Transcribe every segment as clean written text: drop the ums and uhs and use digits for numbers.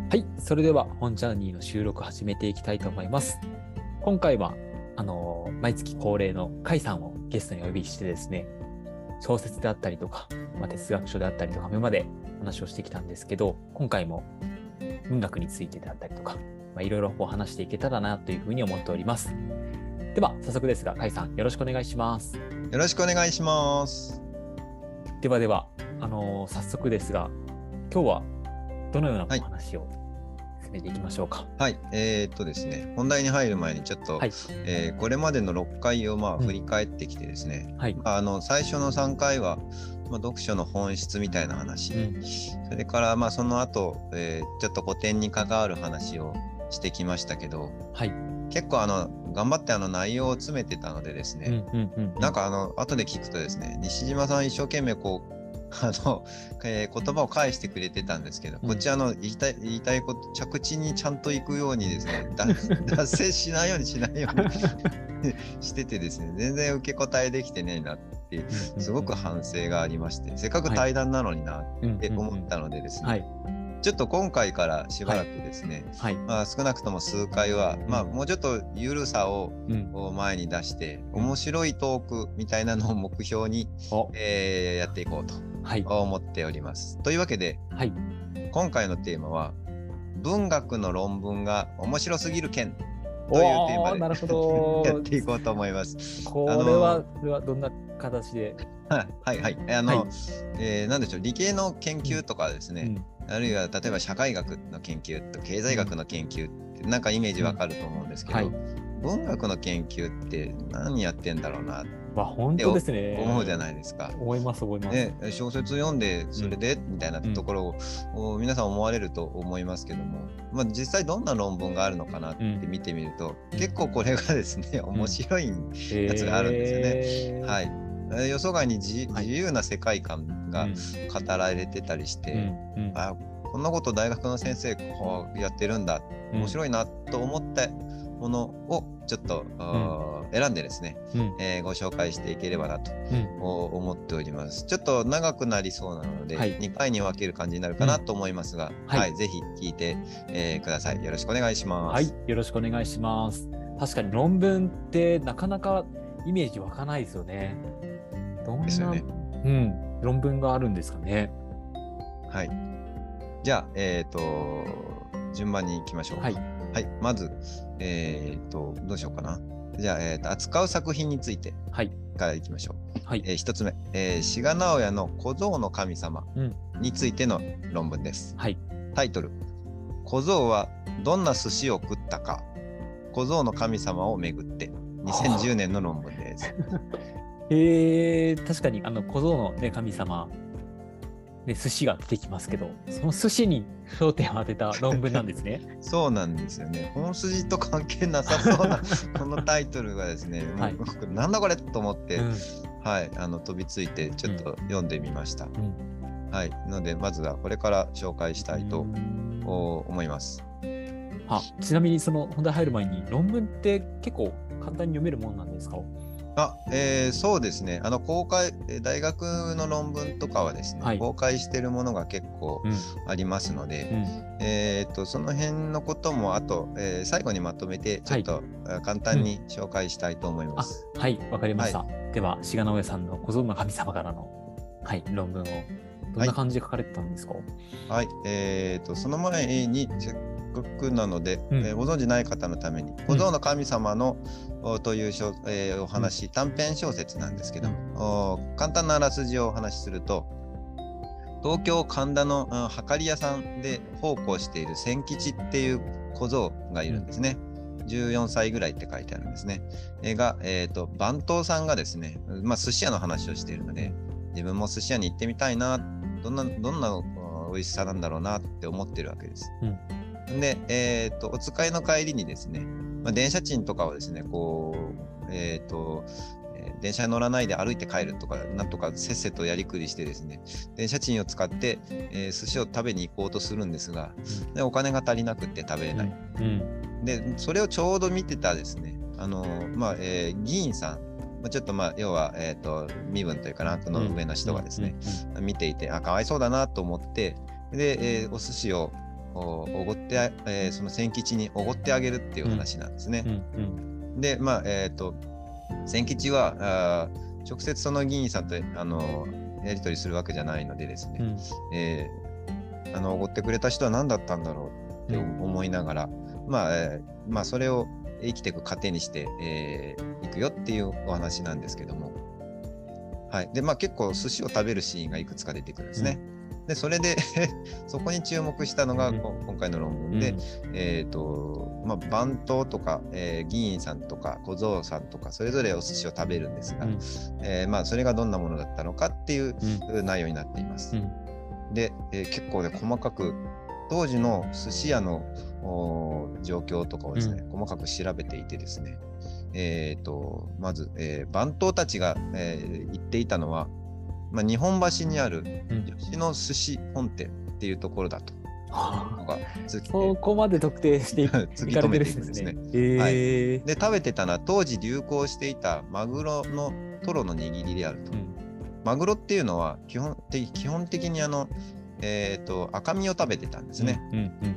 はい、それでは本ジャーニーの収録始めていきたいと思います。今回は毎月恒例の甲斐さんをゲストにお呼びしてですね、小説であったりとか、哲学書であったりとか今まで話をしてきたんですけど、今回も文学についてであったりとか、いろいろ話していけたらなというふうに思っております。では早速ですが、甲斐さんよろしくお願いします。 よろしくお願いします。 では、早速ですが、今日はどのようなお話を進めていきましょうか。 はい、ですね、本題に入る前にちょっと、これまでの6回を振り返ってきてですね、最初の3回は、読書の本質みたいな話、それからその後、ちょっと古典に関わる話をしてきましたけど、結構頑張って内容を詰めてたのでですね、なんか後で聞くとですね、西島さん一生懸命言葉を返してくれてたんですけど、こっち言いたいこと着地にちゃんと行くようにですね脱線しないようにしててですね、全然受け答えできてねえなってすごく反省がありまして、せっかく対談なのになって思ったのでですね、ちょっと今回からしばらくですね、少なくとも数回は、もうちょっと緩さを前に出して、面白いトークみたいなのを目標に、やっていこうと思っております。というわけで、今回のテーマは文学の論文が面白すぎる件というテーマでやっていこうと思います。 これはどんな形で？ なんでしょう、理系の研究とかですね、あるいは例えば社会学の研究と経済学の研究ってなんかイメージわかると思うんですけど、文学の研究って何やってんだろうなって思うじゃないですか。 思います。 小説読んでそれで、みたいなところを皆さん思われると思いますけども、実際どんな論文があるのかなって見てみると、結構これがですね面白いやつがあるんですよね。予想外に自由な世界観が語られてたりして、こんなこと大学の先生やってるんだ、面白いなと思ったものをちょっと、選んでですね、ご紹介していければなと思っております。ちょっと長くなりそうなので、2回に分ける感じになるかなと思いますが、ぜひ聞いて、ください。よろしくお願いします。 よろしくお願いします。確かに論文ってなかなかイメージ湧かないですよね。どんな、論文があるんですかね。 じゃあ、順番に行きましょう。まず、どうしようかな。じゃあ、扱う作品についてからいきましょう。1つ目、志賀直哉の小僧の神様についての論文です。タイトル、小僧はどんな寿司を食ったか、小僧の神様をめぐって、2010年の論文です。 確かに小僧の、神様で寿司が出てきますけど、その寿司に焦点を当てた論文なんですね。 そうなんですよね。本筋と関係なさそうなこのタイトルがですね、なんだこれと思って、飛びついてちょっと読んでみました。のでまずはこれから紹介したいと思います。 ちなみにその本題入る前に、論文って結構簡単に読めるものなんですか？ そうですね。大学の論文とかはですね、公開しているものが結構ありますので、その辺のこともあと、最後にまとめてちょっと簡単に紹介したいと思います。 わかりました。では志賀直哉さんの小僧の神様からの、論文をどんな感じで書かれてたんですか？ その前にせっかくなので、ご存じない方のために、小僧の神様のというお話、短編小説なんですけども、簡単なあらすじをお話しすると、東京神田の計り屋さんで奉公している千吉っていう小僧がいるんですね。14歳ぐらいって書いてあるんですね。番頭さんがですね、寿司屋の話をしているので、自分も寿司屋に行ってみたいな、どんな美味しさなんだろうなって思ってるわけです。で、お使いの帰りにですね、電車賃とかをですね、電車に乗らないで歩いて帰るとか、なんとかせっせとやりくりしてですね、電車賃を使って、寿司を食べに行こうとするんですが、でお金が足りなくって食べれない。で、それをちょうど見てたですね、議員さん、ちょっと要は、身分というかな、この上の人がですね、見ていて、かわいそうだなと思って、で、お寿司をおごって、その千吉におごってあげるっていう話なんですね。で、千吉は直接その議員さんとやり取りするわけじゃないのでですね、おごってくれた人は何だったんだろうって思いながら、それを生きていく糧にしていくよっていうお話なんですけども、はい。で、結構寿司を食べるシーンがいくつか出てくるんですね。で、それでそこに注目したのが今回の論文で、番頭とか、議員さんとか小僧さんとかそれぞれお寿司を食べるんですが、それがどんなものだったのかっていう内容になっています。で、結構ね細かく当時の寿司屋の状況とかをですね、細かく調べていてですね、まず、番頭たちが、言っていたのは、日本橋にある吉野寿司本店っていうところだと。 そこまで特定していかれてるんですね。 で、食べてたのは当時流行していたマグロのトロの握りであると。マグロっていうのは基本的に赤身を食べてたんですね。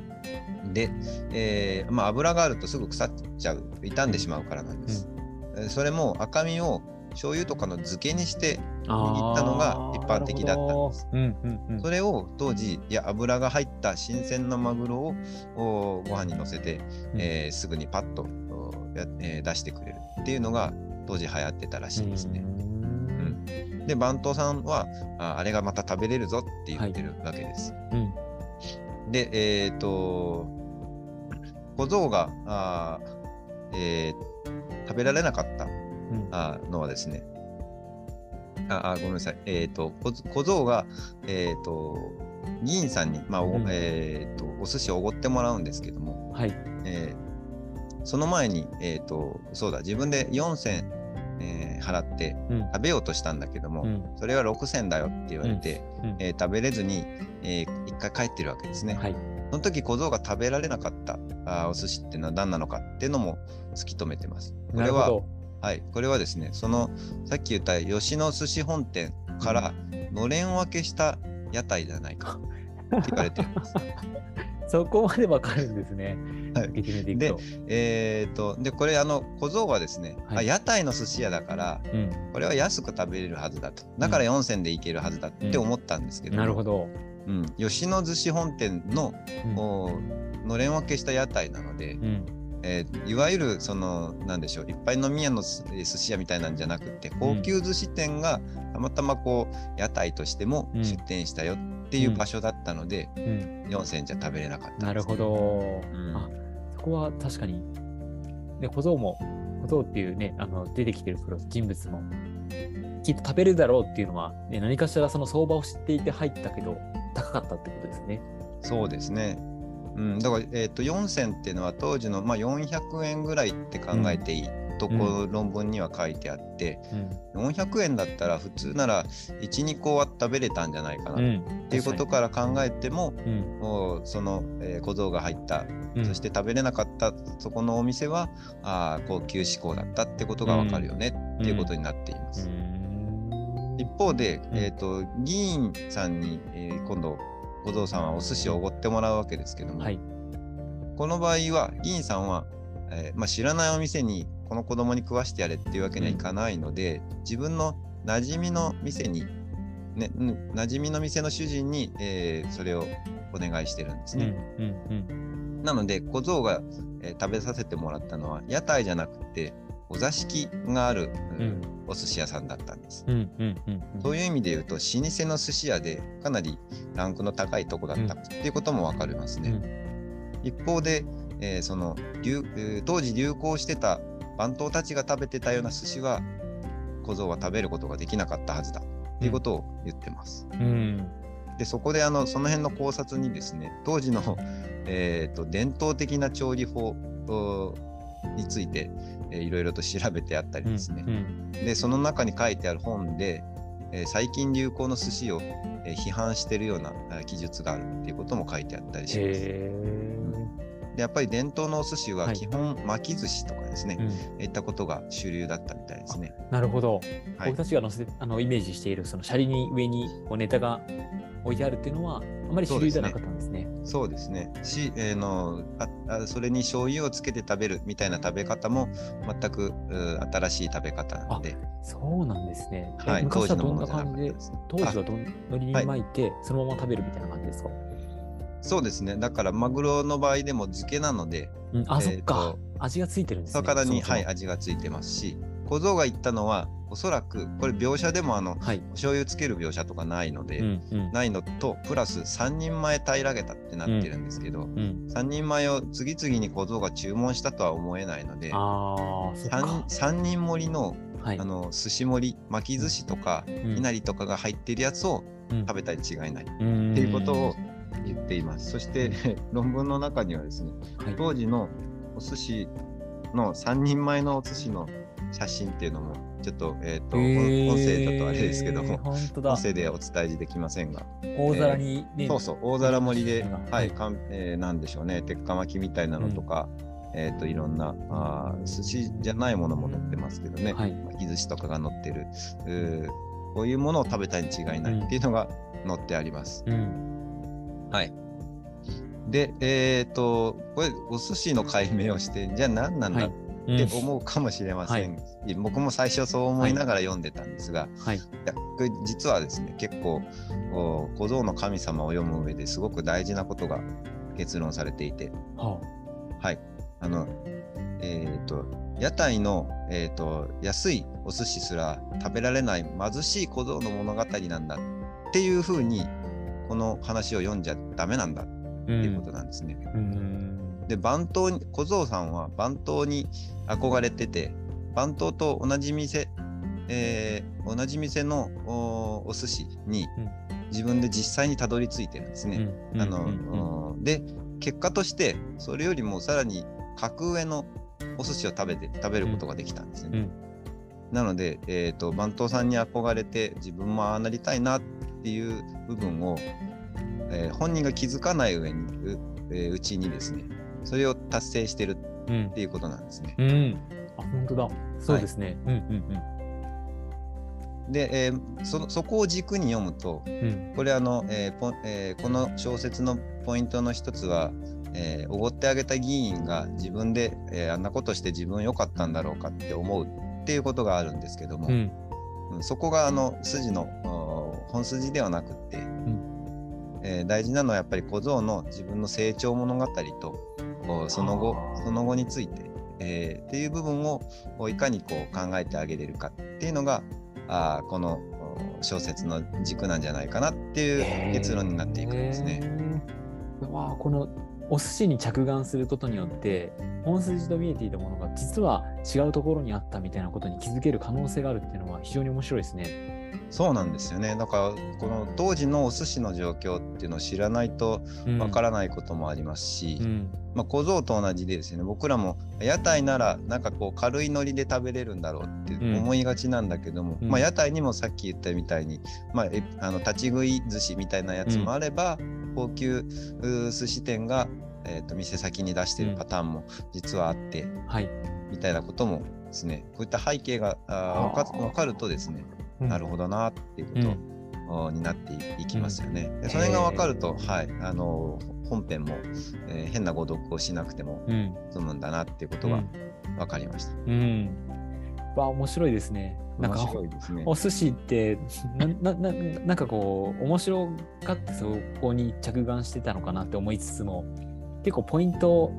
で、油があるとすぐ腐っちゃう、傷んでしまうからなんです。それも赤身を醤油とかの漬けにして握ったのが一般的だったんです。それを当時油が入った新鮮なマグロをご飯に乗せて、すぐにパッと出してくれるっていうのが当時流行ってたらしいですね。で、番頭さんはあれがまた食べれるぞって言ってるわけです。で、小僧が食べられなかったのはですね、ごめんなさい、小僧が、議員さんに、お寿司をおごってもらうんですけども、その前に、そうだ、自分で4銭、払って食べようとしたんだけども、それは6銭だよって言われて、食べれずに、一回帰ってるわけですね。その時小僧が食べられなかったお寿司っていうのは何なのかっていうのも突き止めてます。これはですね、さっき言った吉野寿司本店からのれん分けした屋台じゃないかって言われています。 そこまでわかるんですね。 で、これ小僧はですね、屋台の寿司屋だから、これは安く食べれるはずだと。だから4銭でいけるはずだって思ったんですけど、 なるほど。 吉野寿司本店ののれん分けした屋台なので、いわゆるなんでしょう、一般の宮の寿司屋みたいなんじゃなくて、高級寿司店がたまたま屋台としても出店したよっていう場所だったので、4銭じゃ食べれなかったんです。 なるほど。そこは確かに、小僧っていうね、出てきてる人物もきっと食べるだろうっていうのは、何かしらその相場を知っていて入ったけど高かったってことですね。 そうですね。だから、4銭っていうのは当時の、400円ぐらいって考えていいと論文には書いてあって、400円だったら普通なら 1,2 個は食べれたんじゃないかなっていうことから考えても、その、小僧が入った、そして食べれなかったそこのお店は高級志向だったってことがわかるよねっていうことになっています。一方で、議員さんに、今度小僧さんはお寿司をおごってもらうわけですけども、この場合は議員さんは、知らないお店にこの子供に食わしてやれっていうわけにはいかないので、自分の馴染みの店に、馴染みの店の主人に、それをお願いしてるんですね。なので小僧が、食べさせてもらったのは屋台じゃなくてお座敷がある、お寿司屋さんだったんです。そういう意味で言うと老舗の寿司屋でかなりランクの高いとこだったっていうことも分かりますね。一方で、当時流行してた番頭たちが食べてたような寿司は小僧は食べることができなかったはずだっていうことを言ってます。でそこでその辺の考察にですね、当時の、伝統的な調理法について、いろいろと調べてあったりですね、でその中に書いてある本で、最近流行の寿司を、批判しているような記述があるっていうことも書いてあったりします。でやっぱり伝統のお寿司は基本巻き寿司とかですね、いったことが主流だったみたいですね。 なるほど。僕たちがイメージしているそのシャリに上にネタが置いてあるっていうのはあまり主流じゃなかったんですね。 そうですね。それに醤油をつけて食べるみたいな食べ方も全く新しい食べ方なので。 そうなんですね。 はい、 昔はどんな感じで、当時は海苔に巻いてそのまま食べるみたいな感じですか？ そうですね。だからマグロの場合でも漬けなので、 そっか。味がついてるんですね。 魚に味がついてますし、小僧が言ったのはおそらくこれ描写でもお醤油つける描写とかないので、ないのとプラス3人前平らげたってなってるんですけど、3人前を次々に小僧が注文したとは思えないので、3人盛りの寿司盛り、巻き寿司とかいなりとかが入ってるやつを食べたに違いないっていうことを言っています。そして論文の中にはですね、当時のお寿司の3人前のお寿司の写真っていうのもちょっと、音声だとあれですけども、音声でお伝えできませんが、 大皿に、 そうそう、大皿盛りで、なんでしょうね、鉄火巻きみたいなのとか、いろんな寿司じゃないものも載ってますけどね、巻き寿司とかが載ってる、こういうものを食べたに違いないっていうのが載ってあります。はい。で、これお寿司の解明をして、じゃあ何なんだって思うかもしれません。僕も最初そう思いながら読んでたんですが、これ実はですね、結構小僧の神様を読む上ですごく大事なことが結論されていて、屋台の、安いお寿司すら食べられない貧しい小僧の物語なんだっていうふうにこの話を読んじゃダメなんだっていうことなんですね。で小僧さんは番頭に憧れてて、番頭と同じ店の お寿司に自分で実際にたどり着いてるんですね。で結果としてそれよりもさらに格上のお寿司を食べることができたんですね。なので、番頭さんに憧れて自分もああなりたいなっていう部分を、本人が気づかないうちにですね、それを達成してるっていうことなんですね。 本当だ。そうですね。 で、そこを軸に読むと、これこの小説のポイントの一つは、おごってあげた議員が自分で、あんなことして自分良かったんだろうかって思うっていうことがあるんですけども、そこが筋の本筋ではなくて、大事なのはやっぱり小僧の自分の成長物語とその後について、っていう部分をいかに考えてあげれるかっていうのがこの小説の軸なんじゃないかなっていう結論になっていくんですね。 このお寿司に着眼することによって本筋と見えていたものが実は違うところにあったみたいなことに気づける可能性があるっていうのは非常に面白いですね。 そうなんですよね。だからこの当時のお寿司の状況っていうのを知らないとわからないこともありますし、小僧と同じでですね、僕らも屋台ならなんか軽いノリで食べれるんだろうって思いがちなんだけども、屋台にもさっき言ったみたいに、立ち食い寿司みたいなやつもあれば、高級寿司店が、店先に出してるパターンも実はあって、みたいなこともですね、こういった背景が分かるとですね、なるほどなっていうことになっていきますよね。でそれが分かると、本編も、変な誤読をしなくても済むんだなっていうことが分かりました。 面白いですね。なんかお寿司ってなんか面白がってそこに着眼してたのかなって思いつつも、結構ポイントを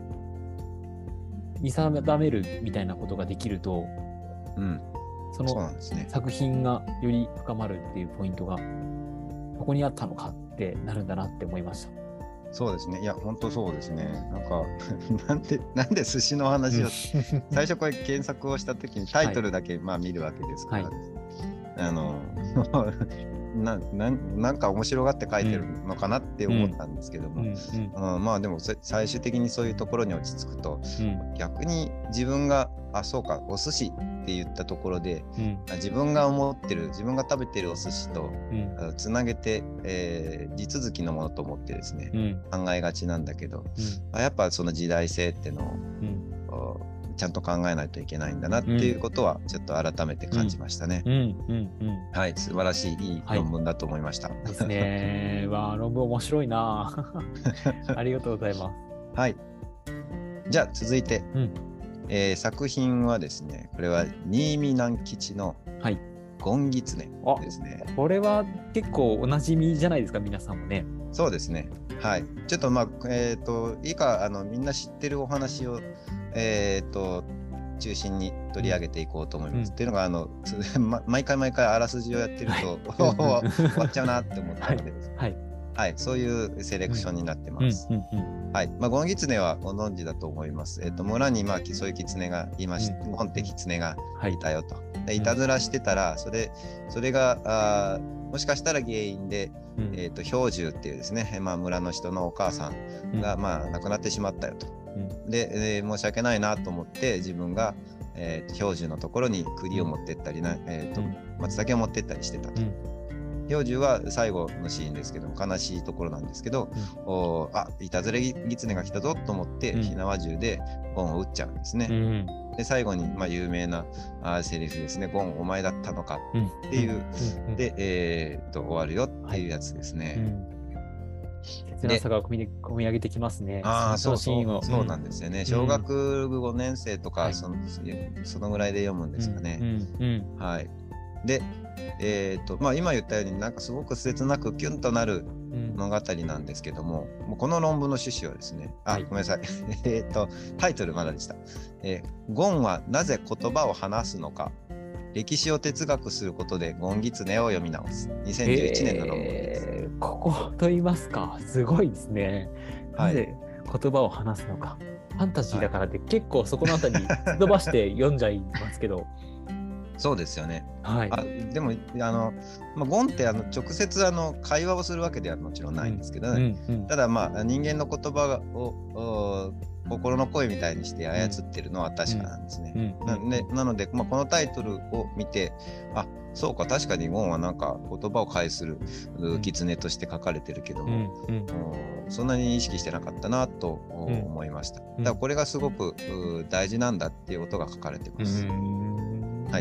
見定めるみたいなことができると、その作品がより深まるっていうポイントがここにあったのかってなるんだなって思いました。 そうですね。いや本当そうですね。なんかなんで寿司の話を最初これ検索をした時にタイトルだけ見るわけですから、なんか面白がって書いてるのかなって思ったんですけども、でも最終的にそういうところに落ち着くと、逆に自分がそうかお寿司って言ったところで、自分が食べてるお寿司と、つなげて、地続きのものと思ってですね、考えがちなんだけど、やっぱその時代性っていうのを、ちゃんと考えないといけないんだなっていうことはちょっと改めて感じましたね。はい、素晴らしいいい論文だと思いました。 ですね。 わ、論文面白いな。ありがとうございます。 はい。じゃあ続いて、作品はですね、これは新見南吉のゴンギツネですね。 これは結構おなじみじゃないですか、皆さんもね。 そうですね。はい。ちょっといいかみんな知ってるお話を中心に取り上げていこうと思います。っていうのが毎回あらすじをやってると終わっちゃうなって思ったので、はい、そういうセレクションになってます。はい。ゴンギツネはご存知だと思います。村にそういうキツネがいまして、ゴンってキツネがいたよと。でいたずらしてたら、それがもしかしたら原因で、氷柱っていうですね、村の人のお母さんが、亡くなってしまったよと。で、申し訳ないなと思って自分が、氷柱のところに栗を持ってったり松茸を持ってったりしてたと。氷柱は最後のシーンですけども悲しいところなんですけど、いたずらギツネが来たぞと思って火縄銃でゴンを撃っちゃうんですね。で最後に有名なセリフですね、ゴンお前だったのかっていう、で、終わるよっていうやつですね。 切なさが込み上げてきますね。 そうなんですよね。小学5年生とかそのぐらいで読むんですかね。はい。で、今言ったようになんかすごく切なくキュンとなる物語なんですけども、この論文の趣旨はですね、ごめんなさい。タイトルまだでした。ゴンはなぜ言葉を話すのか。歴史を哲学することでゴンギツネを読み直す。2011年の論文です。 ここと言いますか、すごいですね。なぜ言葉を話すのか。ファンタジーだからって結構そこのあたり飛ばして読んじゃいますけど。 そうですよね。 はい。 でもゴンって直接会話をするわけではもちろんないんですけどね。ただ人間の言葉を心の声みたいにして操ってるのは確かなんですね。なので、このタイトルを見て、そうか、確かにゴンはなんか言葉を返する狐として書かれてるけども、そんなに意識してなかったなと思いました。だからこれがすごく大事なんだっていうことが書かれてます。はい。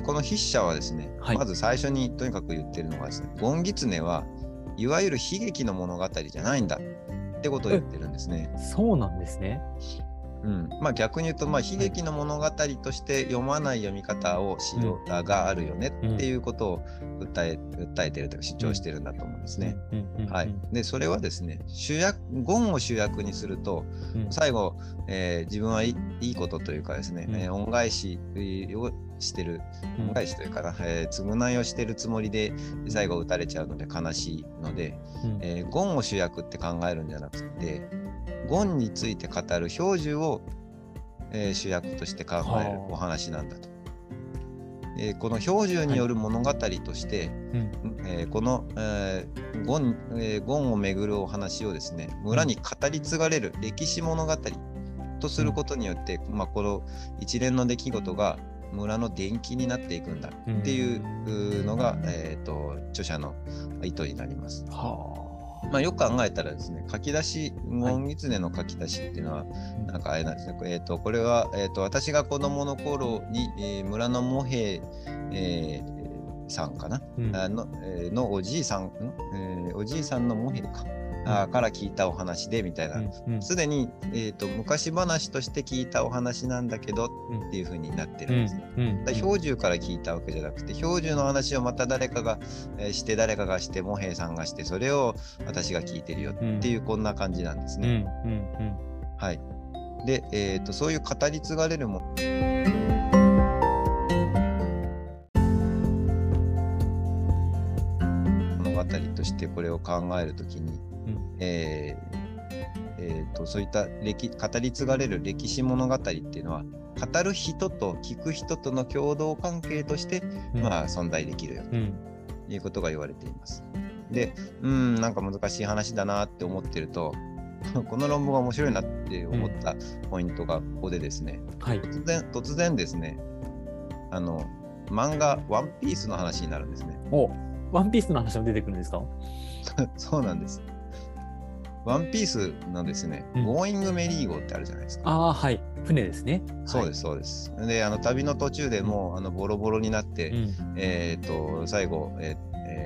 この筆者はですね、まず最初にとにかく言ってるのがですね、ゴンギツネはいわゆる悲劇の物語じゃないんだってことを言ってるんですね。 そうなんですね。 逆に言うと、悲劇の物語として読まない読み方をがあるよねっていうことを訴えてるというか主張してるんだと思うんですね。でそれはですね、ゴンを主役にすると、最後、自分はいいことというかですね、恩返しをしてる、恩返しというかな、償いをしてるつもりで最後撃たれちゃうので悲しいので、ゴンを主役って考えるんじゃなくて、ゴンについて語る氷柱を、主役として考えるお話なんだと。この氷柱による物語として、この、ゴンをめぐるお話をですね、村に語り継がれる歴史物語とすることによって、この一連の出来事が村の伝記になっていくんだっていうのが、著者の意図になります。よく考えたらですね、書き出し、ゴンギツネの書き出しっていうのは、なんかあれなんですね、これは、私が子供の頃に、村のモヘさんかな、のおじいさん、おじいさんのモヘか。から聞いたお話でみたいな、すでに、昔話として聞いたお話なんだけどっていう風になってるんですね。氷柱から聞いたわけじゃなくて、氷柱の話をまた誰かがして誰かがしてモヘイさんがして、それを私が聞いてるよっていうこんな感じなんですね。はい。で、そういう語り継がれるも物語としてこれを考えるときに、そういった語り継がれる歴史物語っていうのは、語る人と聞く人との共同関係として、存在できるよということが言われています。で、なんか難しい話だなって思ってると、この論文が面白いなって思ったポイントがここでですね、突然ですね、漫画ワンピースの話になるんですね。 ワンピースの話も出てくるんですか？ そうなんです。ワンピースのですね、ゴーイングメリーゴーってあるじゃないですか。 はい。船ですね。 そうです、そうです。で、旅の途中でもうボロボロになって、最後、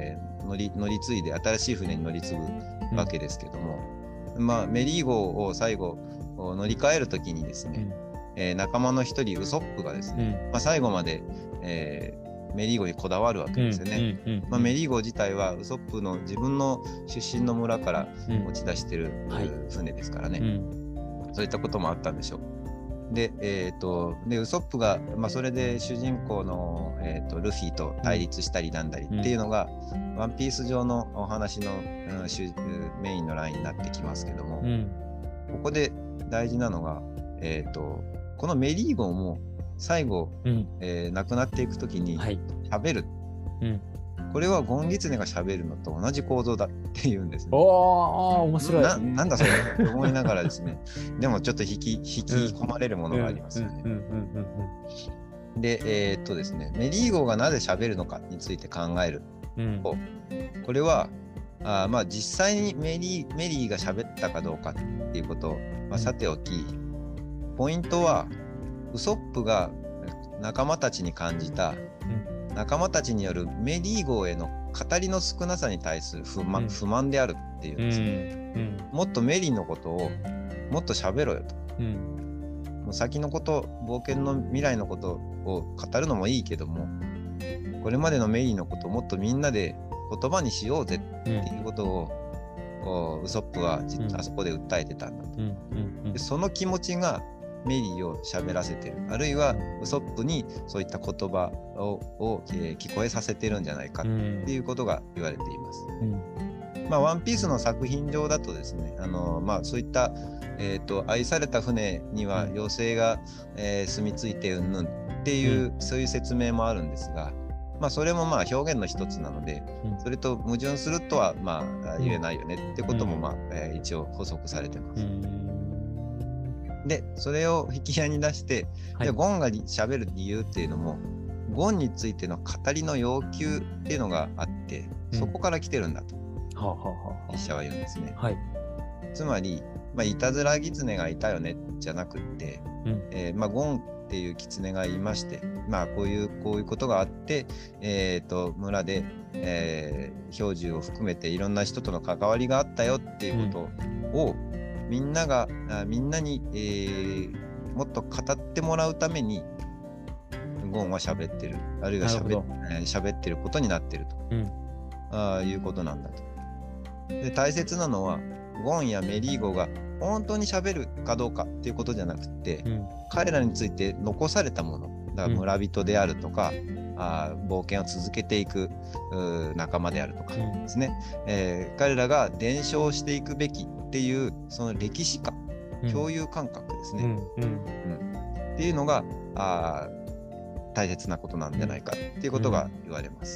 乗り継いで新しい船に乗り継ぐわけですけども、メリー号を最後乗り換えるときにですね、仲間の一人ウソップがですね、最後まで、メリー号にこだわるわけですよね。メリー号自体はウソップの自分の出身の村から持ち出してる船ですからね、そういったこともあったんでしょう。で、ウソップが、それで主人公の、ルフィと対立したりなんだりっていうのが、ワンピース上のお話の、メインのラインになってきますけども、ここで大事なのが、このメリー号も最後、亡くなっていくときに喋る、これはゴンギツネが喋るのと同じ構造だっていうんですね。 面白い。 なんだそれって思いながらですねでもちょっと引き込まれるものがありますよね。でですね、メリー号がなぜ喋るのかについて考えると、これは実際にメリーが喋ったかどうかっていうことを、さておき、ポイントはウソップが仲間たちに感じた、仲間たちによるメリー号への語りの少なさに対する不満であるっていうんですね。もっとメリーのことをもっと喋ろよと。もう先のこと、冒険の未来のことを語るのもいいけども、これまでのメリーのことをもっとみんなで言葉にしようぜっていうことを、ウソップはあそこで訴えてたんだと。でその気持ちがメリーを喋らせてる、あるいはウソップにそういった言葉を聞こえさせてるんじゃないかっていうことが言われています。ワンピースの作品上だとですね、そういった、愛された船には妖精が、住み着いてうんぬんっていう、そういう説明もあるんですが、それも表現の一つなので、それと矛盾するとは言えないよねってことも一応補足されてます。でそれを引き合いに出して、じゃあゴンが喋る理由っていうのも、ゴンについての語りの要求っていうのがあって、そこから来てるんだと筆者は言うんですね。つまり、いたずら狐がいたよねじゃなくって、ゴンっていう狐がいまして、こういうことがあって、村で、兵獣を含めていろんな人との関わりがあったよっていうことを、みんなに、もっと語ってもらうためにゴンは喋ってる、あるいは喋ってることになってると、いうことなんだと。で大切なのは、ゴンやメリー号が本当に喋るかどうかっていうことじゃなくて、彼らについて残されたもの、だから村人であるとか、冒険を続けていく仲間であるとかですね、彼らが伝承していくべきっていうその歴史観、共有感覚ですね、っていうのが大切なことなんじゃないかっていうことが言われます。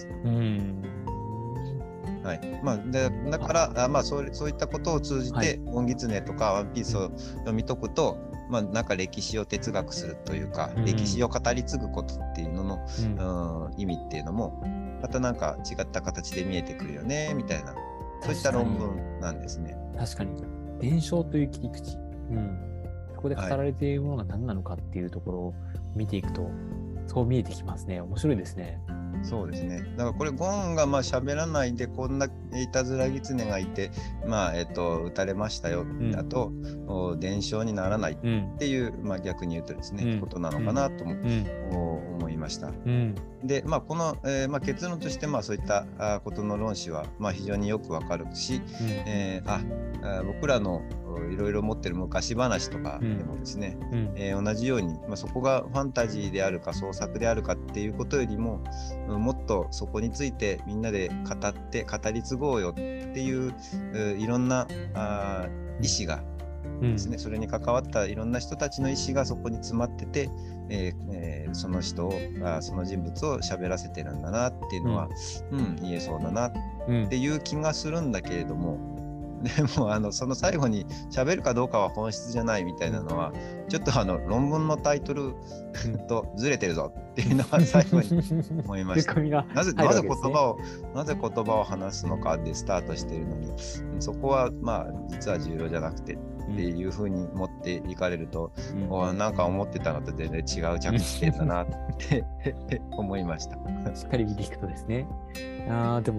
だからそういったことを通じて、ゴンギツネとかワンピースを読み解くと、なんか歴史を哲学するというか、歴史を語り継ぐことっていうのの、意味っていうのもまたなんか違った形で見えてくるよねみたいな、そういった論文なんですね。 確かに伝承という切り口、そこで語られているものが何なのかっていうところを見ていくと、そう見えてきますね。面白いですね。 そうですね。だからこれゴンが喋らないで、こんないたずら狐がいて撃たれましたよだと、伝承にならないっていう、逆に言うとですね、ことなのかなとも、思いました。でこの、結論としてそういったことの論旨は非常によくわかるし、僕らのいろいろ持ってる昔話とかでもですね、同じように、そこがファンタジーであるか創作であるかっていうことよりも、もっとそこについてみんなで語り継ごうよっていういろんな意思がですね、それに関わったいろんな人たちの意思がそこに詰まってて、その人をその人物を喋らせてるんだなっていうのは、言えそうだなっていう気がするんだけれども、でもその最後に喋るかどうかは本質じゃないみたいなのは、ちょっと論文のタイトルとずれてるぞっていうのは最後に思いました。なぜ言葉を話すのかでスタートしているのに、そこは実は重要じゃなくてっていうふうに持っていかれると、なんか思ってたのと全然違う着地点だなって思いました。 しっかり見ていくとですね。でも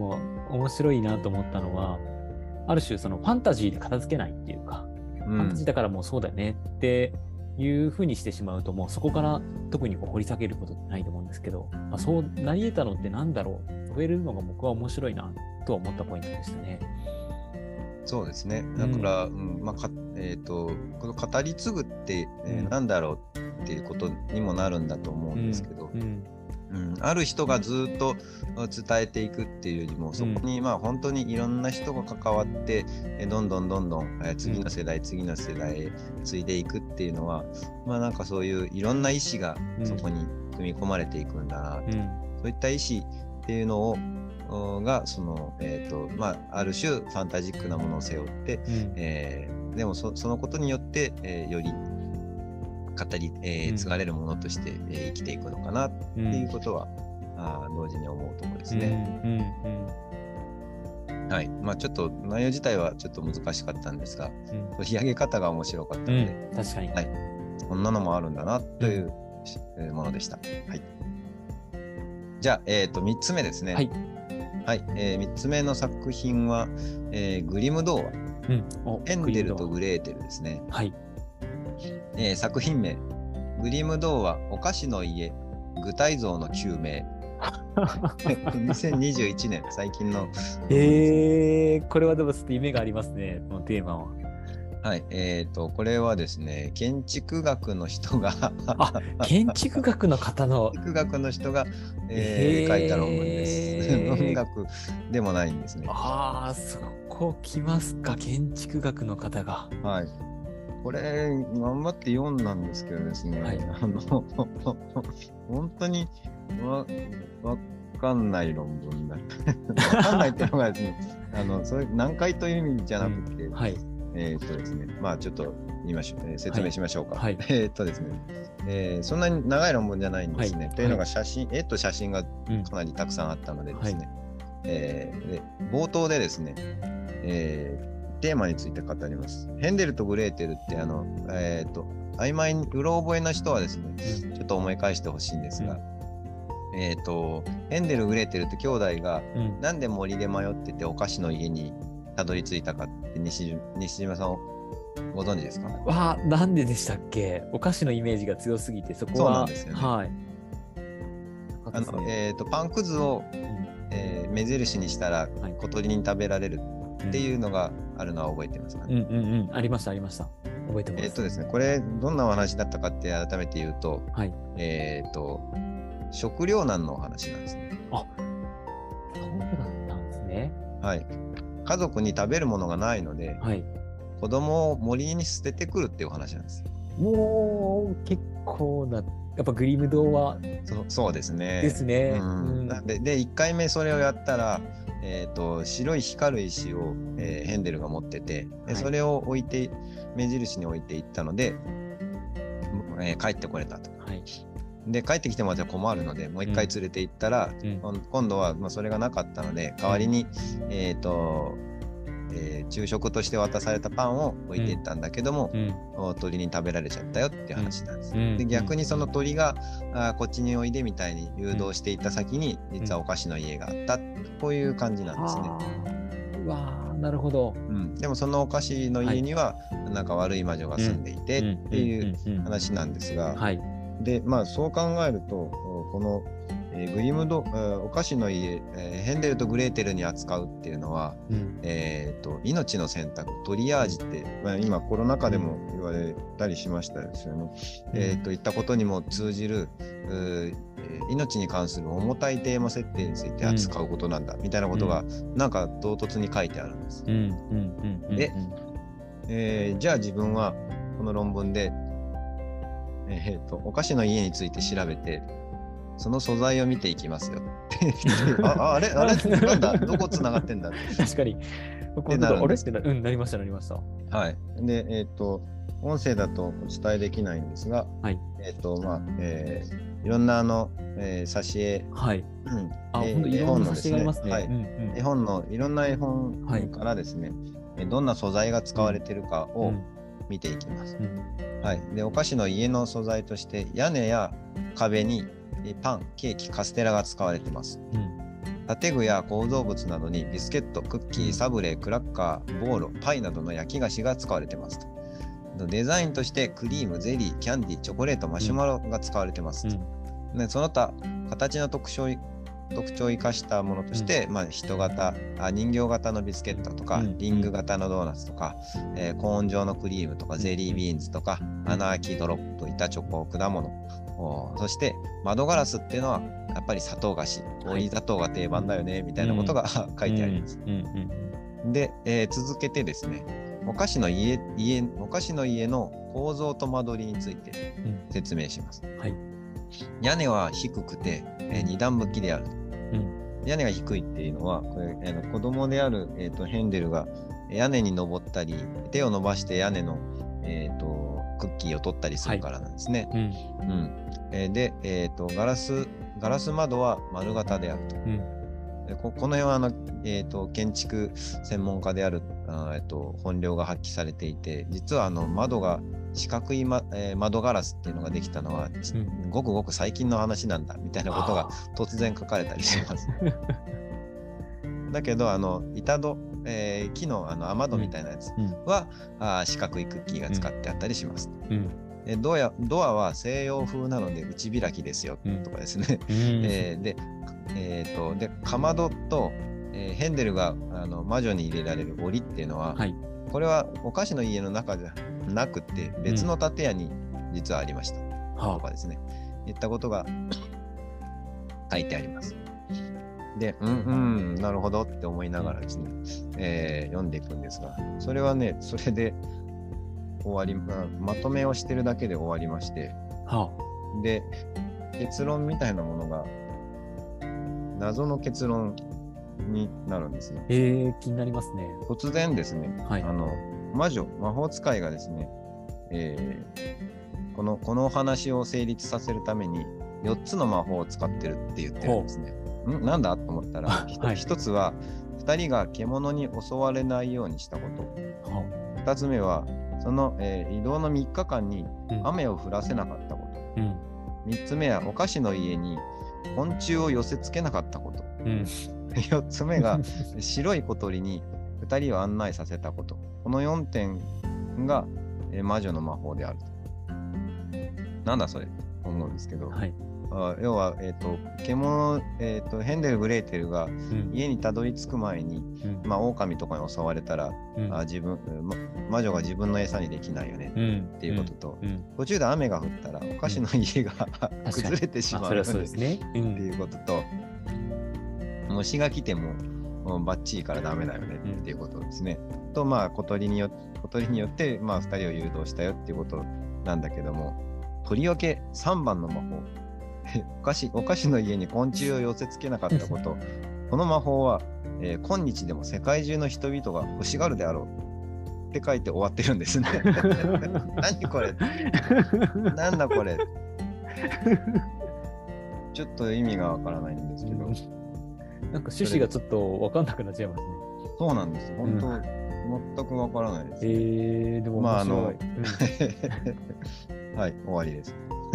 面白いなと思ったのは、ある種そのファンタジーで片付けないっていうか、ファンタジーだからもうそうだよねっていうふうにしてしまうと、もうそこから特に掘り下げることってないと思うんですけど、そうなり得たのってなんだろう、増えるのが僕は面白いなと思ったポイントでしたね。 そうですね。だから、この語り継ぐって、なんだろうっていうことにもなるんだと思うんですけど、ある人がずっと伝えていくっていうよりも、そこに本当にいろんな人が関わって、どんどん次の世代へ継いでいくっていうのは、なんかそういういろんな意思がそこに組み込まれていくんだなと、そういった意思っていうのをがその、ある種ファンタジックなものを背負って、でもそのことによって、より語り、継がれるものとして、生きていくのかなっていうことは、同時に思うところですね。はい。ちょっと内容自体はちょっと難しかったんですが、取り上げ方が面白かったので、 確かに、 はい、こんなのもあるんだなというものでした。はい。じゃあ、3つ目ですね。はい。はい、3つ目の作品は、グリム童話、ヘンデルとグレーテルですね。はい。作品名、グリム童話お菓子の家具体像の究明。2021年、最近の。 これはでもちょっと夢がありますね、このテーマは。 はい、これはですね、建築学の人が建築学の方の建築学の人が、書いた論文です。音楽でもないんですね。 そこ来ますか、建築学の方が。 はい。これ頑張って読んだんですけどですね、はい、本当にわかんない論文だった。わかんないっていうのがですね、そういう難解という意味じゃなくて、はい。ですね、ちょっと言いましょう、説明しましょうか。はい、ですね、そんなに長い論文じゃないんですね。はい、というのが写真がかなりたくさんあったのでですね、で冒頭でですね、テーマについて語ります。ヘンデルとグレーテルって曖昧にうろ覚えな人はですね、ちょっと思い返してほしいんですが、ヘンデル・グレーテルって兄弟が、なんで森で迷っててお菓子の家にたどり着いたかって西島さんご存知ですか？ なんででしたっけ？お菓子のイメージが強すぎて、そこは。 そうなんですよね。 はい。 パンくずを、目印にしたら小鳥に食べられるっていうのがあるのは覚えてますかね？ ありました。覚えてます。 ですね、これどんなお話だったかって改めて言うと、はい、食糧難のお話なんですね。 そうだったんですね。 はい。家族に食べるものがないので、はい、子供を森に捨ててくるっていう話なんですよ。 もう結構な、やっぱグリム童話。 そうですね。 ですね。 で1回目それをやったら、白い光る石を、ヘンデルが持ってて、でそれを目印に置いていったので、帰ってこれたと。はい、で帰ってきてもらっては困るので、もう一回連れて行ったら、今度はそれがなかったので、代わりに、昼食として渡されたパンを置いていったんだけども、鳥に食べられちゃったよっていう話なんです。で逆にその鳥がこっちにおいでみたいに誘導していった先に、実はお菓子の家があった、こういう感じなんですね。 なるほど。 でもそのお菓子の家にはなんか悪い魔女が住んでいてっていう話なんですが、でそう考えると、このグリムお菓子の家、ヘンデルとグレーテルに扱うっていうのは、命の選択、トリアージって、今コロナ禍でも言われたりしましたですよね。いったことにも通じる命に関する重たいテーマ設定について扱うことなんだ、みたいなことがなんか唐突に書いてあるんです。で、じゃあ自分はこの論文で、お菓子の家について調べて、その素材を見ていきますよってあれなんだ、どこつながってんだって。 確かに。なりました。 はい。で、音声だとお伝えできないんですが、はい、いろんな挿絵、はい、絵本のですね、絵本のいろんな絵本からですね、どんな素材が使われているかを見ていきます。はい。で、お菓子の家の素材として屋根や壁にパン、ケーキ、カステラが使われてます。 建具や構造物などにビスケット、クッキー、サブレ、クラッカー、ボーロ、パイなどの焼き菓子が使われてますと。デザインとしてクリーム、ゼリー、キャンディー、チョコレート、マシュマロが使われてますと。でその他、形の特徴を生かしたものとして、人型、人形型のビスケットとか、リング型のドーナツとか、コーン状のクリームとか、ゼリービーンズとか、穴あきドロップといったチョコ、果物、そして窓ガラスっていうのはやっぱり砂糖菓子、追い砂糖が定番だよねみたいなことが書いてあります。で、続けてですね、お菓子の家の構造と間取りについて説明します。屋根は低くて、二段向きである。屋根が低いっていうのは、これ子供である、ヘンデルが屋根に登ったり、手を伸ばして屋根の、クッキーを取ったりするからなんですね。で、ガラス窓は丸型であると。でこの辺は建築専門家である本領が発揮されていて、実は窓が四角い、窓ガラスっていうのができたのは、ごくごく最近の話なんだみたいなことが突然書かれたりします。だけど板戸、木の雨戸みたいなやつは、四角いクッキーが使ってあったりします。ドアは西洋風なので内開きですよとかですね。でかまどと、ヘンデルが魔女に入れられる檻っていうのは、これはお菓子の家の中じゃなくて別の建屋に実はありました、とかですね、いったことが書いてあります。で、なるほどって思いながらですね、読んでいくんですが、それはね、それで終わり、まとめをしてるだけで終わりまして、で、結論みたいなものが謎の結論になるんですね。 気になりますね。 突然ですね、魔法使いがですね、このお話を成立させるために4つの魔法を使ってるって言ってるんですね。なんだと思ったら、1つは2人が獣に襲われないようにしたこと。2つ目はその、移動の3日間に雨を降らせなかったこと。3つ目はお菓子の家に昆虫を寄せつけなかったこと。4つ目が白い小鳥に2人を案内させたこと。この4点が、魔女の魔法であると。なんだそれと思うんですけど、要は、獣、ヘンデル・グレーテルが家にたどり着く前に、狼とかに襲われたら、魔女が自分の餌にできないよねっていうことと、途中で雨が降ったらお菓子の家が崩れてしまうよねっていうことと、虫が来てもバッチリからダメだよねっていうことですね。と、小鳥によって、2人を誘導したよっていうことなんだけども、とりわけ3番の魔法、お菓子の家に昆虫を寄せつけなかったこと、この魔法は、今日でも世界中の人々が欲しがるであろうって書いて終わってるんですね。何これなんだこれちょっと意味がわからないんですけど、なんか趣旨がちょっとわかんなくなっちゃいますね。 そうなんです。本当、全くわからないです、 でも面白い。 はい、終わりです。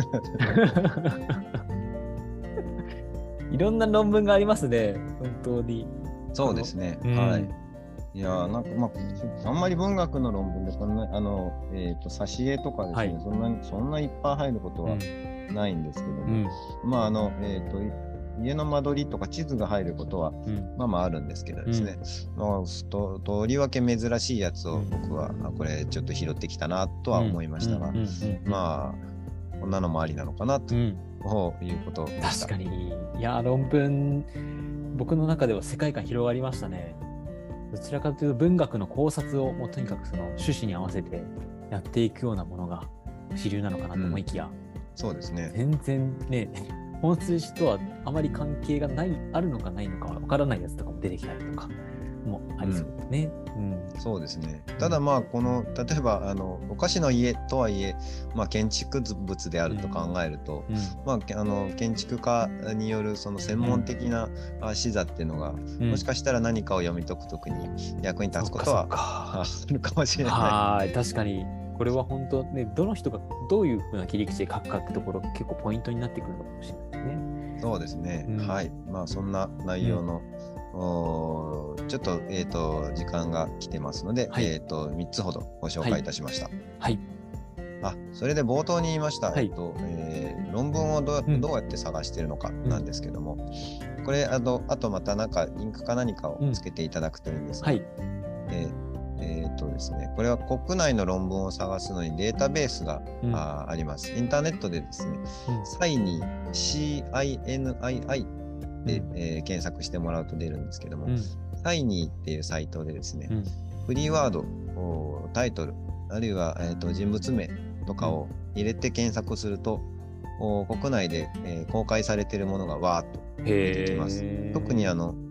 いろんな論文がありますね、本当に。 そうですね。はい。いやなんかあんまり文学の論文でそんな挿絵とかですね、そんないっぱい入ることはないんですけども、家の間取りとか地図が入ることは、あるんですけどですね、とりわけ珍しいやつを僕はこれちょっと拾ってきたなとは思いましたが、こんなのもありなのかなということでした。 確かに。いや、論文、僕の中では世界観広がりましたね。どちらかというと文学の考察をもうとにかくその趣旨に合わせてやっていくようなものが主流なのかなと思いきや、 そうですね。 全然ね、本筋とはあまり関係があるのかないのかわからないやつとかも出てきたりとかもありそうですね。 そうですね。ただ例えばお菓子の家とはいえ、建築物であると考えると、建築家によるその専門的な視座っていうのが、もしかしたら何かを読み解くときに役に立つことはあるかもしれない。 確かに。これは本当ね、どの人がどういうふうな切り口で書くかってところ結構ポイントになってくるのかもしれないですね。 そうですね。はい。まあそんな内容の、ちょっと時間が来てますので、はい、3つほどご紹介いたしました。 はい。 それで冒頭に言いました、はい、論文をどうやって探しているのかなんですけども、これあとまたなんかリンクか何かをつけていただくといいんですが、ですね、これは国内の論文を探すのにデータベースが、あります。インターネットでですね、CINII で、検索してもらうと出るんですけども、SINI っていうサイトでですね、フリーワード、タイトル、あるいは、人物名とかを入れて検索すると、国内で、公開されているものがわーっと出てきます。特に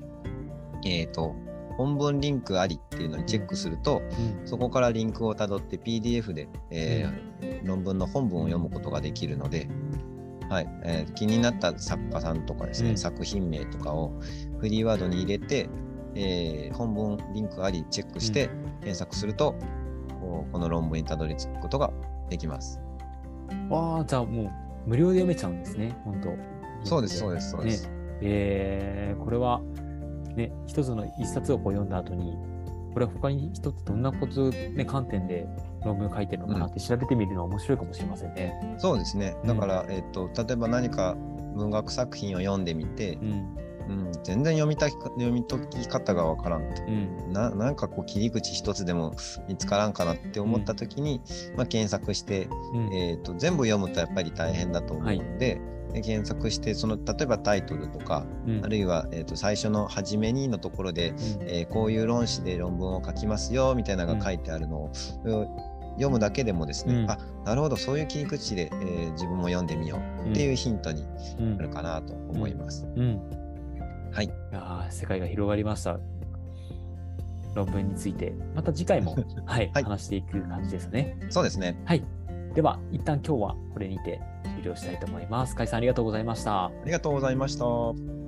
本文リンクありっていうのにチェックすると、そこからリンクをたどって PDF で、論文の本文を読むことができるので、はい、気になった作家さんとかですね、作品名とかをフリーワードに入れて、本文リンクありチェックして検索すると、この論文にたどり着くことができます。 わあ、じゃあもう無料で読めちゃうんですね、本当。 そうです、そうです、そうです。 これはね、一つの一冊をこう読んだ後に、これは他に一つどんなこと、ね、観点で論文書いてるのかなって調べてみるのは面白いかもしれませんね。 そうですね。だから、例えば何か文学作品を読んでみて、全然読み解き方がわからんと、なんかこう切り口一つでも見つからんかなって思った時に、検索して、全部読むとやっぱり大変だと思うので、検索して例えばタイトルとか、あるいは、最初の初めにのところで、こういう論旨で論文を書きますよみたいなのが書いてあるのを、読むだけでもですね、なるほど、そういう切り口で、自分も読んでみようっていうヒントになるかなと思います。はい。 世界が広がりました。論文について、また次回も、話していく感じですね。 そうですね。 はい。では、一旦今日はこれにて終了したいと思います。甲斐さん、ありがとうございました。 ありがとうございました。